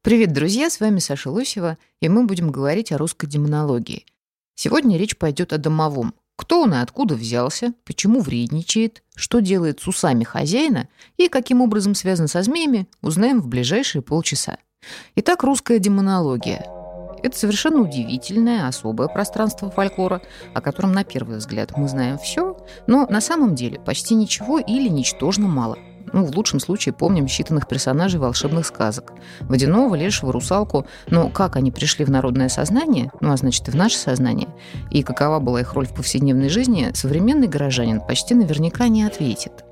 Привет, друзья, с вами Саша Лосева, и мы будем говорить о русской демонологии. Сегодня речь пойдет о домовом. Кто он и откуда взялся, почему вредничает, что делает с усами хозяина и каким образом связан со змеями, узнаем в ближайшие полчаса. Итак, русская демонология. Это совершенно удивительное, особое пространство фольклора, о котором на первый взгляд мы знаем все, но на самом деле почти ничего или ничтожно мало. В лучшем случае помним считанных персонажей волшебных сказок. Водяного, лешего, русалку. Но как они пришли в народное сознание, а значит и в наше сознание, и какова была их роль в повседневной жизни, современный горожанин почти наверняка не ответит.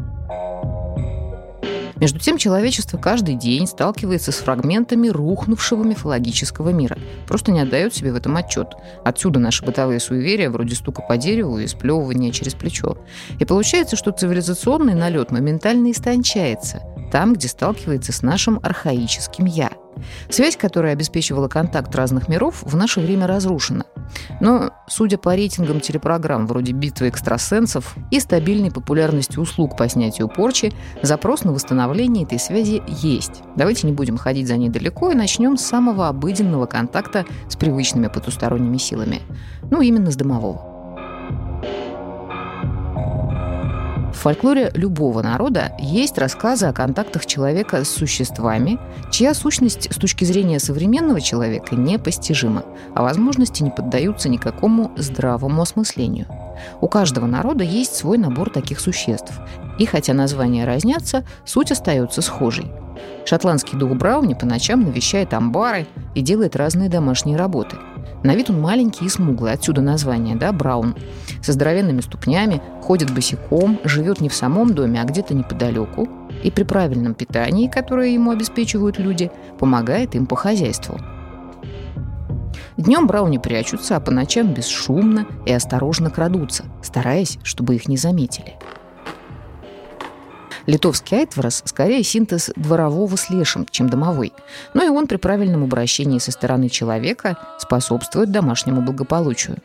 Между тем, человечество каждый день сталкивается с фрагментами рухнувшего мифологического мира. Просто не отдает себе в этом отчет. Отсюда наши бытовые суеверия, вроде стука по дереву и сплевывания через плечо. И получается, что цивилизационный налет моментально истончается там, где сталкивается с нашим архаическим «я». Связь, которая обеспечивала контакт разных миров, в наше время разрушена. Но, судя по рейтингам телепрограмм вроде «Битвы экстрасенсов» и стабильной популярности услуг по снятию порчи, запрос на восстановление этой связи есть. Давайте не будем ходить за ней далеко и начнем с самого обыденного контакта с привычными потусторонними силами. Именно с домового. В фольклоре любого народа есть рассказы о контактах человека с существами, чья сущность с точки зрения современного человека непостижима, а возможности не поддаются никакому здравому осмыслению. У каждого народа есть свой набор таких существ, и хотя названия разнятся, суть остается схожей. Шотландский дух Брауни по ночам навещает амбары и делает разные домашние работы. На вид он маленький и смуглый, отсюда название, Браун. Со здоровенными ступнями, ходит босиком, живет не в самом доме, а где-то неподалеку. И при правильном питании, которое ему обеспечивают люди, помогает им по хозяйству. Днем Брауни прячутся, а по ночам бесшумно и осторожно крадутся, стараясь, чтобы их не заметили. Литовский айтворос скорее синтез дворового с лешим, чем домовой, но и он при правильном обращении со стороны человека способствует домашнему благополучию.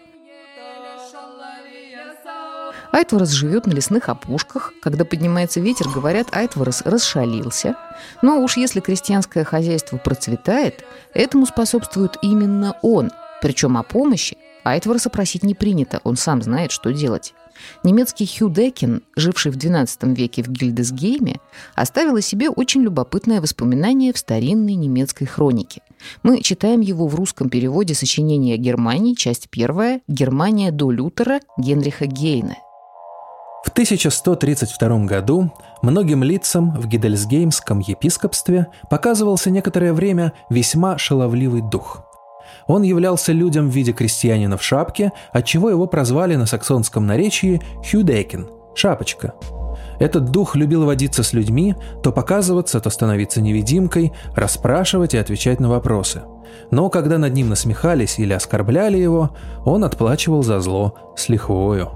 Айтворос живет на лесных опушках. Когда поднимается ветер, говорят, айтворос расшалился. Но уж если крестьянское хозяйство процветает, этому способствует именно он. Причем о помощи айтвороса просить не принято, он сам знает, что делать. Немецкий Хюдекин, живший в XII веке в Гильдесгейме, оставил о себе очень любопытное воспоминание в старинной немецкой хронике. Мы читаем его в русском переводе сочинения «Германии», часть 1, «Германия до Лютера» Генриха Гейне. В 1132 году многим лицам в Гидельсгеймском епископстве показывался некоторое время весьма шаловливый дух. Он являлся людям в виде крестьянина в шапке, отчего его прозвали на саксонском наречии «Хюдекин» – «шапочка». Этот дух любил водиться с людьми, то показываться, то становиться невидимкой, расспрашивать и отвечать на вопросы. Но когда над ним насмехались или оскорбляли его, он отплачивал за зло с лихвою.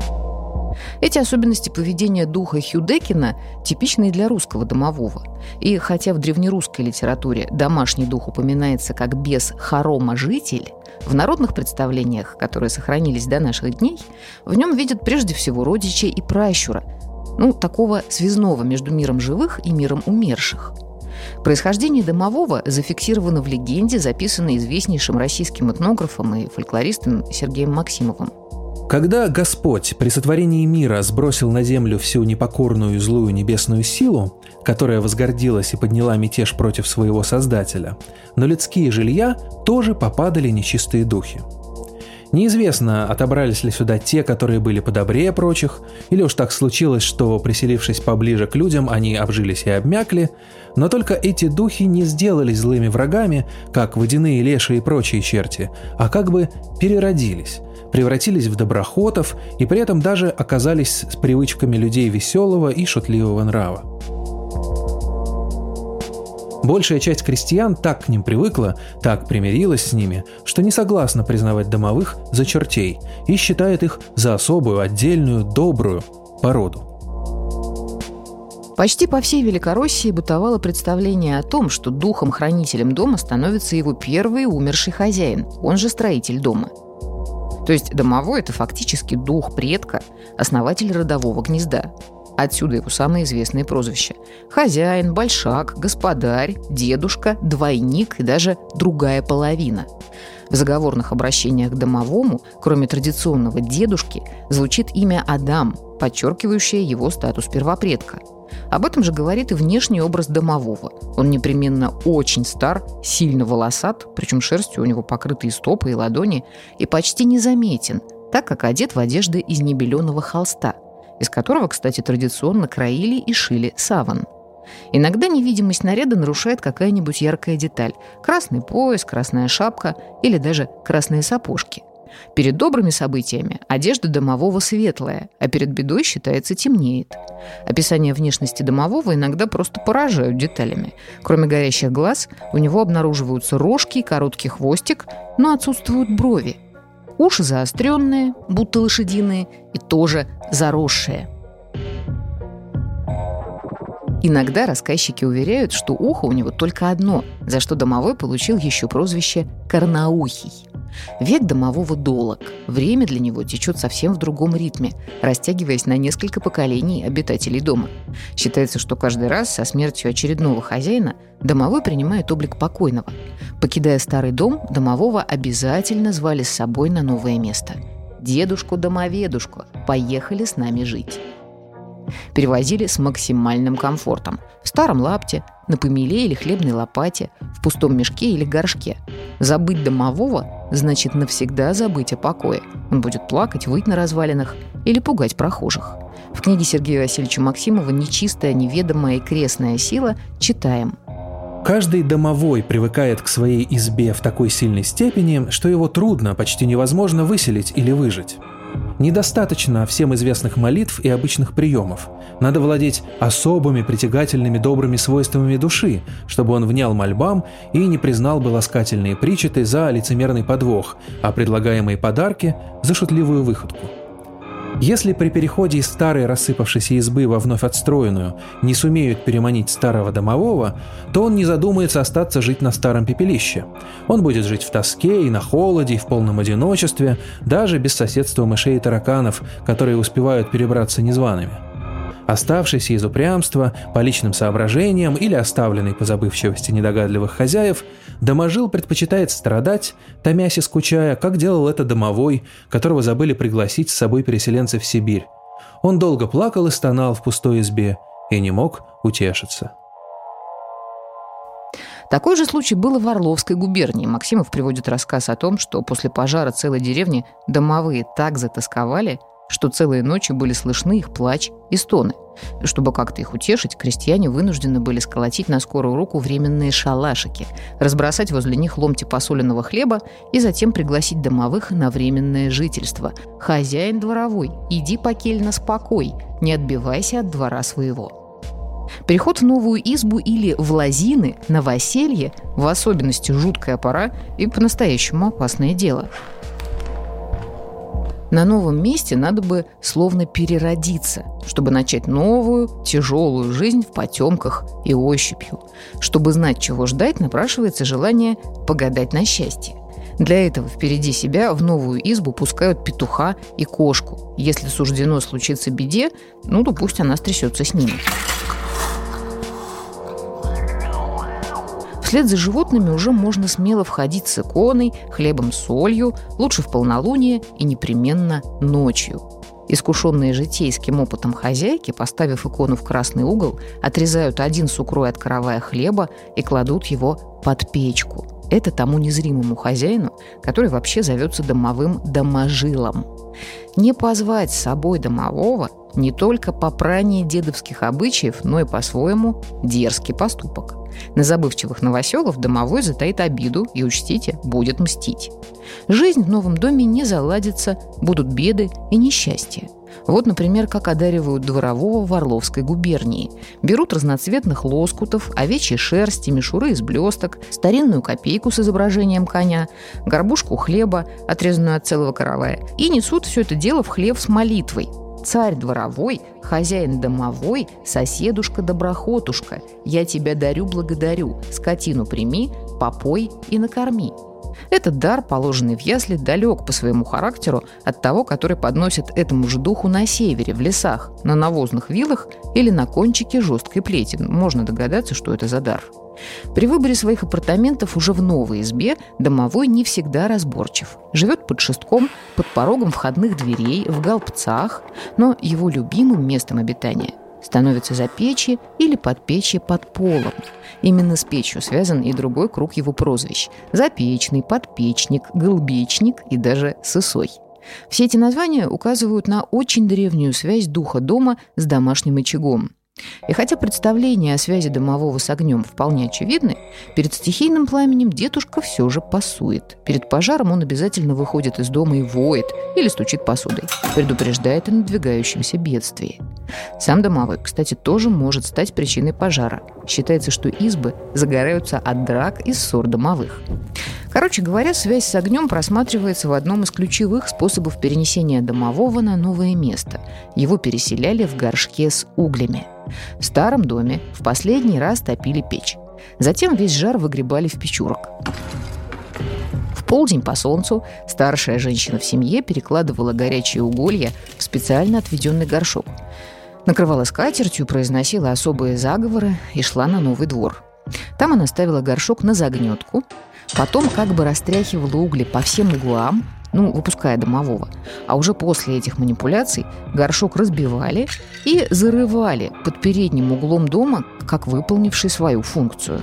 Эти особенности поведения духа Хюдекина типичны и для русского домового. И хотя в древнерусской литературе домашний дух упоминается как бес-хорома-житель, в народных представлениях, которые сохранились до наших дней, в нем видят прежде всего родича и пращура, такого связного между миром живых и миром умерших. Происхождение домового зафиксировано в легенде, записанной известнейшим российским этнографом и фольклористом Сергеем Максимовым. Когда Господь при сотворении мира сбросил на землю всю непокорную и злую небесную силу, которая возгордилась и подняла мятеж против своего Создателя, на людские жилья тоже попадали нечистые духи. Неизвестно, отобрались ли сюда те, которые были подобрее прочих, или уж так случилось, что, приселившись поближе к людям, они обжились и обмякли, но только эти духи не сделались злыми врагами, как водяные леши и прочие черти, а как бы переродились, превратились в доброхотов и при этом даже оказались с привычками людей веселого и шутливого нрава. Большая часть крестьян так к ним привыкла, так примирилась с ними, что не согласна признавать домовых за чертей и считает их за особую, отдельную, добрую породу. Почти по всей Великороссии бытовало представление о том, что духом-хранителем дома становится его первый умерший хозяин, он же строитель дома. То есть домовой – это фактически дух предка, основатель родового гнезда. Отсюда его самые известные прозвища: хозяин, большак, господарь, дедушка, двойник и даже другая половина. В заговорных обращениях к домовому, кроме традиционного дедушки, звучит имя Адам, подчеркивающее его статус первопредка. Об этом же говорит и внешний образ домового. Он непременно очень стар, сильно волосат, причем шерстью у него покрыты и стопы, и ладони, и почти незаметен, так как одет в одежды из небеленого холста, из которого, кстати, традиционно краили и шили саван. Иногда невидимость наряда нарушает какая-нибудь яркая деталь: красный пояс, красная шапка или даже красные сапожки. Перед добрыми событиями одежда домового светлая, а перед бедой, считается, темнеет. Описания внешности домового иногда просто поражают деталями. Кроме горящих глаз, у него обнаруживаются рожки и короткий хвостик, но отсутствуют брови. Уши заостренные, будто лошадиные, и тоже заросшие. Иногда рассказчики уверяют, что ухо у него только одно, за что домовой получил еще прозвище «корноухий». Век домового долог. Время для него течет совсем в другом ритме, растягиваясь на несколько поколений обитателей дома. Считается, что каждый раз со смертью очередного хозяина домовой принимает облик покойного. Покидая старый дом, домового обязательно звали с собой на новое место. «Дедушку-домоведушку, поехали с нами жить». Перевозили с максимальным комфортом: в старом лапте, на помеле или хлебной лопате, в пустом мешке или горшке. Забыть домового значит навсегда забыть о покое. Он будет плакать, выть на развалинах или пугать прохожих. В книге Сергея Васильевича Максимова «Нечистая, неведомая и крестная сила» читаем: Каждый домовой привыкает к своей избе в такой сильной степени, что его трудно, почти невозможно выселить или выжить. Недостаточно всем известных молитв и обычных приемов. Надо владеть особыми притягательными добрыми свойствами души, чтобы он внял мольбам и не признал бы ласкательные причеты за лицемерный подвох, а предлагаемые подарки за шутливую выходку. Если при переходе из старой рассыпавшейся избы во вновь отстроенную не сумеют переманить старого домового, то он не задумается остаться жить на старом пепелище. Он будет жить в тоске и на холоде, и в полном одиночестве, даже без соседства мышей и тараканов, которые успевают перебраться незваными. Оставшийся из упрямства, по личным соображениям или оставленный по забывчивости недогадливых хозяев, доможил предпочитает страдать, томясь и скучая, как делал это домовой, которого забыли пригласить с собой переселенцы в Сибирь. Он долго плакал и стонал в пустой избе и не мог утешиться. Такой же случай был и в Орловской губернии. Максимов приводит рассказ о том, что после пожара целой деревни домовые так затосковали, что целые ночи были слышны их плач и стоны. Чтобы как-то их утешить, крестьяне вынуждены были сколотить на скорую руку временные шалашики, разбросать возле них ломти посоленного хлеба и затем пригласить домовых на временное жительство. «Хозяин дворовой, иди покельно спокой, не отбивайся от двора своего». Переход в новую избу или в лозины, новоселье, в особенности жуткая пора и по-настоящему опасное дело. На новом месте надо бы словно переродиться, чтобы начать новую, тяжелую жизнь в потемках и ощупью. Чтобы знать, чего ждать, напрашивается желание погадать на счастье. Для этого впереди себя в новую избу пускают петуха и кошку. Если суждено случиться беде, то пусть она стрясется с ними. Вслед за животными уже можно смело входить с иконой, хлебом, солью, лучше в полнолуние и непременно ночью. Искушенные житейским опытом хозяйки, поставив икону в красный угол, отрезают один сукрой от каравая хлеба и кладут его под печку. Это тому незримому хозяину, который вообще зовется домовым доможилом. Не позвать с собой домового не только попрание дедовских обычаев, но и по-своему дерзкий поступок. На забывчивых новоселов домовой затаит обиду и, учтите, будет мстить. Жизнь в новом доме не заладится, будут беды и несчастья. Вот, например, как одаривают дворового в Орловской губернии. Берут разноцветных лоскутов, овечьей шерсти, мишуры из блесток, старинную копейку с изображением коня, горбушку хлеба, отрезанную от целого каравая, и несут все это дело в хлев с молитвой. Царь дворовой, хозяин домовой, соседушка-доброхотушка, я тебя дарю-благодарю, скотину прими, попой и накорми. Этот дар, положенный в ясли, далек по своему характеру от того, который подносят этому же духу на севере, в лесах, на навозных вилах или на кончике жесткой плети. Можно догадаться, что это за дар. При выборе своих апартаментов уже в новой избе домовой не всегда разборчив. Живет под шестком, под порогом входных дверей, в голбцах, но его любимым местом обитания становится за печи или подпечье под полом. Именно с печью связан и другой круг его прозвищ – запечный, подпечник, голбечник и даже сысой. Все эти названия указывают на очень древнюю связь духа дома с домашним очагом. И хотя представления о связи домового с огнем вполне очевидны, перед стихийным пламенем дедушка все же пасует. Перед пожаром он обязательно выходит из дома и воет или стучит посудой, предупреждает о надвигающемся бедствии. Сам домовой, кстати, тоже может стать причиной пожара. Считается, что избы загораются от драк и ссор домовых. Короче говоря, связь с огнем просматривается в одном из ключевых способов перенесения домового на новое место. Его переселяли в горшке с углями. В старом доме в последний раз топили печь. Затем весь жар выгребали в печурок. В полдень по солнцу старшая женщина в семье перекладывала горячие уголья в специально отведенный горшок. Накрывала скатертью, произносила особые заговоры и шла на новый двор. Там она ставила горшок на загнетку, потом как бы растряхивала угли по всем углам, выпуская домового. А уже после этих манипуляций горшок разбивали и зарывали под передним углом дома, как выполнивший свою функцию.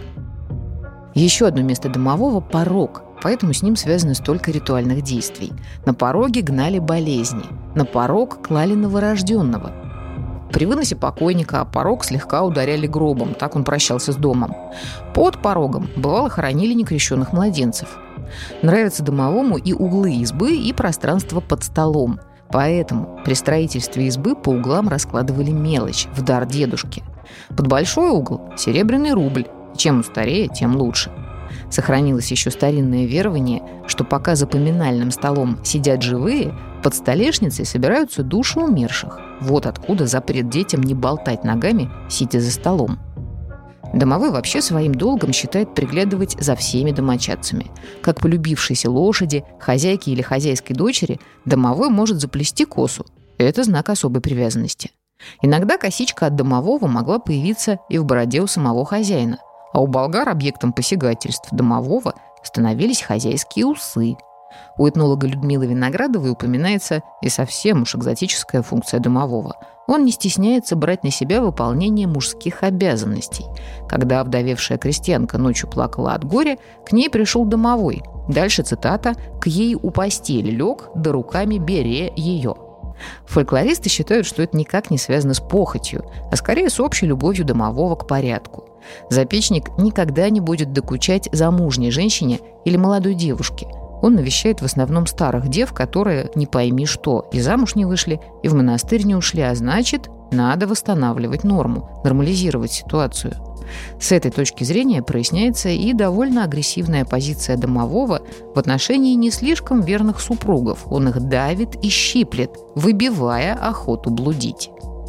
Еще одно место домового – порог, поэтому с ним связано столько ритуальных действий. На пороге гнали болезни, на порог клали новорожденного. При выносе покойника о порог слегка ударяли гробом, так он прощался с домом. Под порогом, бывало, хоронили некрещенных младенцев. Нравятся домовому и углы избы, и пространство под столом. Поэтому при строительстве избы по углам раскладывали мелочь в дар дедушке. Под большой угол – серебряный рубль. Чем он старее, тем лучше. Сохранилось еще старинное верование, что пока за поминальным столом сидят живые, под столешницей собираются души умерших. Вот откуда запрет детям не болтать ногами, сидя за столом. Домовой вообще своим долгом считает приглядывать за всеми домочадцами. Как полюбившейся лошади, хозяйке или хозяйской дочери, домовой может заплести косу. Это знак особой привязанности. Иногда косичка от домового могла появиться и в бороде у самого хозяина. А у болгар объектом посягательств домового становились хозяйские усы. У этнолога Людмилы Виноградовой упоминается и совсем уж экзотическая функция домового. Он не стесняется брать на себя выполнение мужских обязанностей. Когда овдовевшая крестьянка ночью плакала от горя, к ней пришел домовой. Дальше цитата: «К ей у постели лег, да руками бере ее». Фольклористы считают, что это никак не связано с похотью, а скорее с общей любовью домового к порядку. Запечник никогда не будет докучать замужней женщине или молодой девушке. Он навещает в основном старых дев, которые не пойми что, и замуж не вышли, и в монастырь не ушли, а значит, надо восстанавливать норму, нормализировать ситуацию. С этой точки зрения проясняется и довольно агрессивная позиция домового в отношении не слишком верных супругов. Он их давит и щиплет, выбивая охоту блудить.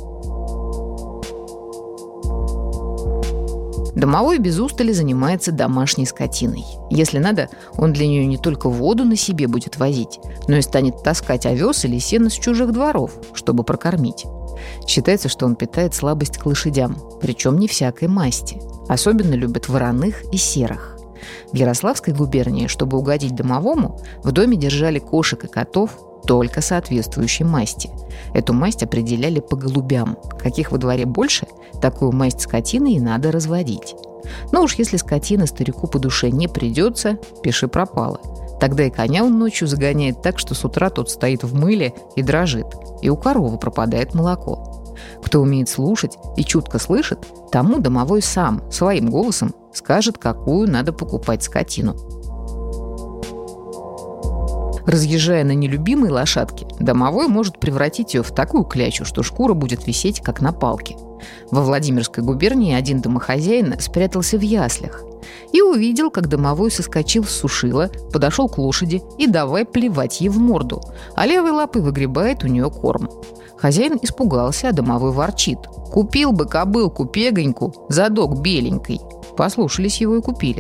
Домовой без устали занимается домашней скотиной. Если надо, он для нее не только воду на себе будет возить, но и станет таскать овес или сено с чужих дворов, чтобы прокормить. Считается, что он питает слабость к лошадям, причем не всякой масти. Особенно любят вороных и серых. В Ярославской губернии, чтобы угодить домовому, в доме держали кошек и котов только соответствующей масти. Эту масть определяли по голубям. Каких во дворе больше, такую масть скотины и надо разводить. Но уж если скотина старику по душе не придется, пиши пропало. Тогда и коня он ночью загоняет так, что с утра тот стоит в мыле и дрожит, и у коровы пропадает молоко. Кто умеет слушать и чутко слышит, тому домовой сам, своим голосом, скажет, какую надо покупать скотину. Разъезжая на нелюбимой лошадке, домовой может превратить ее в такую клячу, что шкура будет висеть, как на палке. Во Владимирской губернии один домохозяин спрятался в яслях и увидел, как домовой соскочил с сушила, подошел к лошади и давай плевать ей в морду, а левой лапой выгребает у нее корм. Хозяин испугался, а домовой ворчит: «Купил бы кобылку пегоньку, задок беленькой». Послушались его и купили.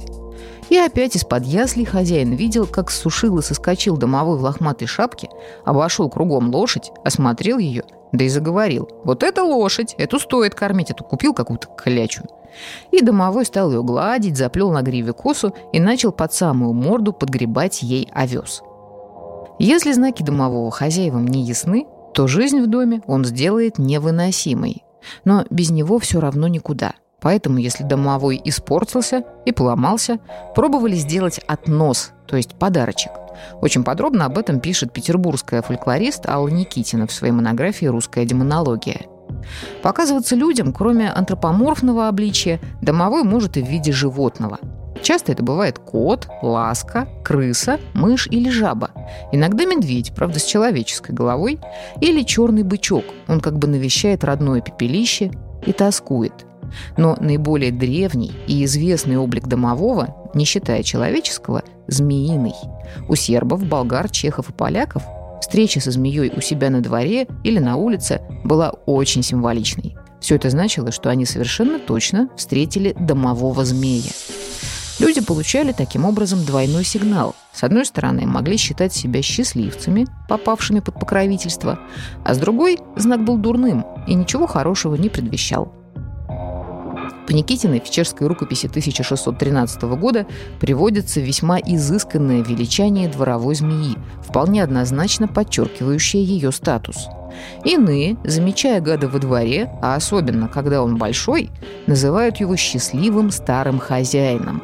И опять из-под яслей хозяин видел, как с сушила соскочил домовой в лохматой шапке, обошел кругом лошадь, осмотрел ее, да и заговорил: «Вот это лошадь, эту стоит кормить, эту купил какую-то клячу». И домовой стал ее гладить, заплел на гриве косу и начал под самую морду подгребать ей овес. Если знаки домового хозяевам не ясны, то жизнь в доме он сделает невыносимой. Но без него все равно никуда. Поэтому, если домовой испортился и поломался, пробовали сделать относ, то есть подарочек. Очень подробно об этом пишет петербургская фольклорист Алла Никитина в своей монографии «Русская демонология». Показываться людям, кроме антропоморфного обличия, домовой может и в виде животного. Часто это бывает кот, ласка, крыса, мышь или жаба. Иногда медведь, правда, с человеческой головой, или черный бычок. Он как бы навещает родное пепелище и тоскует. Но наиболее древний и известный облик домового, не считая человеческого, змеиный. У сербов, болгар, чехов и поляков встреча со змеей у себя на дворе или на улице была очень символичной. Все это значило, что они совершенно точно встретили домового змея. Люди получали таким образом двойной сигнал. С одной стороны, могли считать себя счастливцами, попавшими под покровительство, а с другой, знак был дурным и ничего хорошего не предвещал. По Никитиной в чешской рукописи 1613 года приводится весьма изысканное величание дворовой змеи, вполне однозначно подчеркивающее ее статус. Иные, замечая гада во дворе, а особенно, когда он большой, называют его счастливым старым хозяином.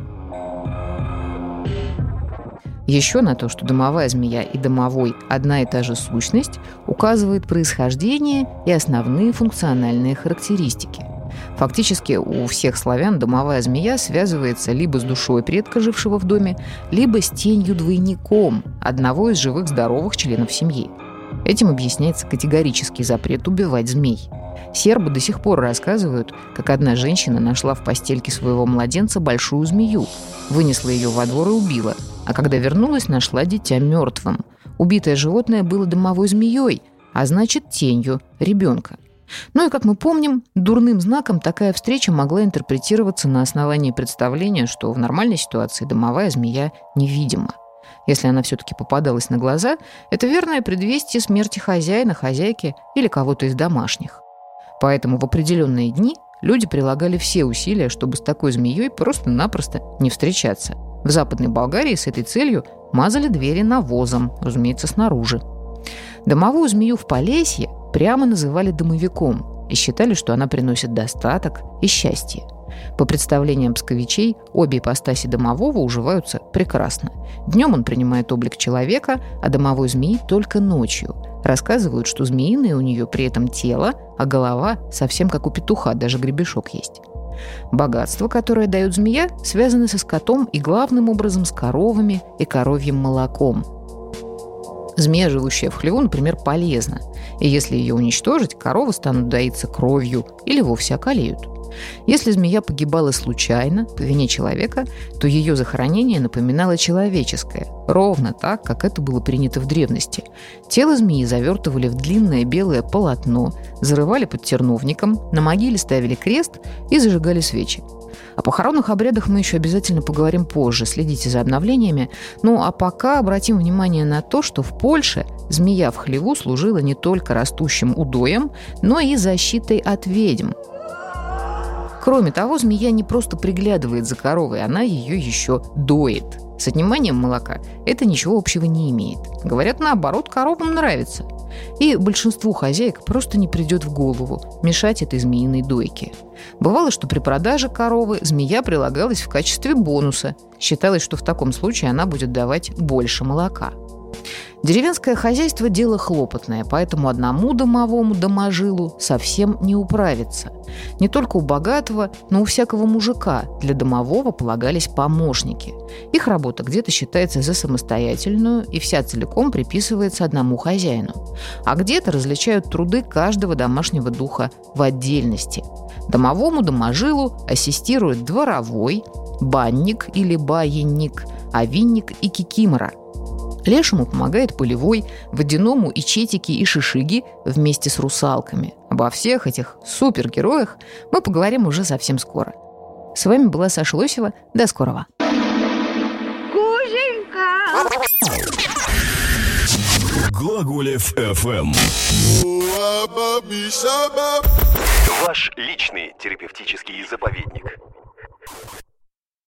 Еще на то, что домовая змея и домовой – одна и та же сущность, указывает происхождение и основные функциональные характеристики. Фактически у всех славян домовая змея связывается либо с душой предка, жившего в доме, либо с тенью-двойником одного из живых здоровых членов семьи. Этим объясняется категорический запрет убивать змей. Сербы до сих пор рассказывают, как одна женщина нашла в постельке своего младенца большую змею, вынесла ее во двор и убила, а когда вернулась, нашла дитя мертвым. Убитое животное было домовой змеей, а значит тенью ребенка. Ну и, как мы помним, дурным знаком такая встреча могла интерпретироваться на основании представления, что в нормальной ситуации домовая змея невидима. Если она все-таки попадалась на глаза, это верное предвестие смерти хозяина, хозяйки или кого-то из домашних. Поэтому в определенные дни люди прилагали все усилия, чтобы с такой змеей просто-напросто не встречаться. В Западной Болгарии с этой целью мазали двери навозом, разумеется, снаружи. Домовую змею в Полесье прямо называли домовиком и считали, что она приносит достаток и счастье. По представлениям псковичей, обе ипостаси домового уживаются прекрасно. Днем он принимает облик человека, а домовой змеи только ночью. Рассказывают, что змеиное у нее при этом тело, а голова совсем как у петуха, даже гребешок есть. Богатство, которое дает змея, связано со скотом и главным образом с коровами и коровьим молоком. Змея, живущая в хлеву, например, полезна. И если ее уничтожить, коровы станут доиться кровью или вовсе околеют. Если змея погибала случайно, по вине человека, то ее захоронение напоминало человеческое, ровно так, как это было принято в древности. Тело змеи завертывали в длинное белое полотно, зарывали под терновником, на могиле ставили крест и зажигали свечи. О похоронных обрядах мы еще обязательно поговорим позже, следите за обновлениями. Ну а пока обратим внимание на то, что в Польше змея в хлеву служила не только растущим удоем, но и защитой от ведьм. Кроме того, змея не просто приглядывает за коровой, она ее еще доит. С отниманием молока это ничего общего не имеет. Говорят, наоборот, коровам нравится. И большинству хозяек просто не придет в голову мешать этой змеиной дойке. Бывало, что при продаже коровы змея прилагалась в качестве бонуса. Считалось, что в таком случае она будет давать больше молока. Деревенское хозяйство – дело хлопотное, поэтому одному домовому доможилу совсем не управиться. Не только у богатого, но у всякого мужика для домового полагались помощники. Их работа где-то считается за самостоятельную и вся целиком приписывается одному хозяину. А где-то различают труды каждого домашнего духа в отдельности. Домовому доможилу ассистирует дворовой, банник или баинник, овинник и кикимора. Лешему помогает полевой, водяному и четики, и шишиги вместе с русалками. Обо всех этих супергероях мы поговорим уже совсем скоро. С вами была Саша Лосева. До скорого. Глаголев FM. Ваш личный терапевтический заповедник.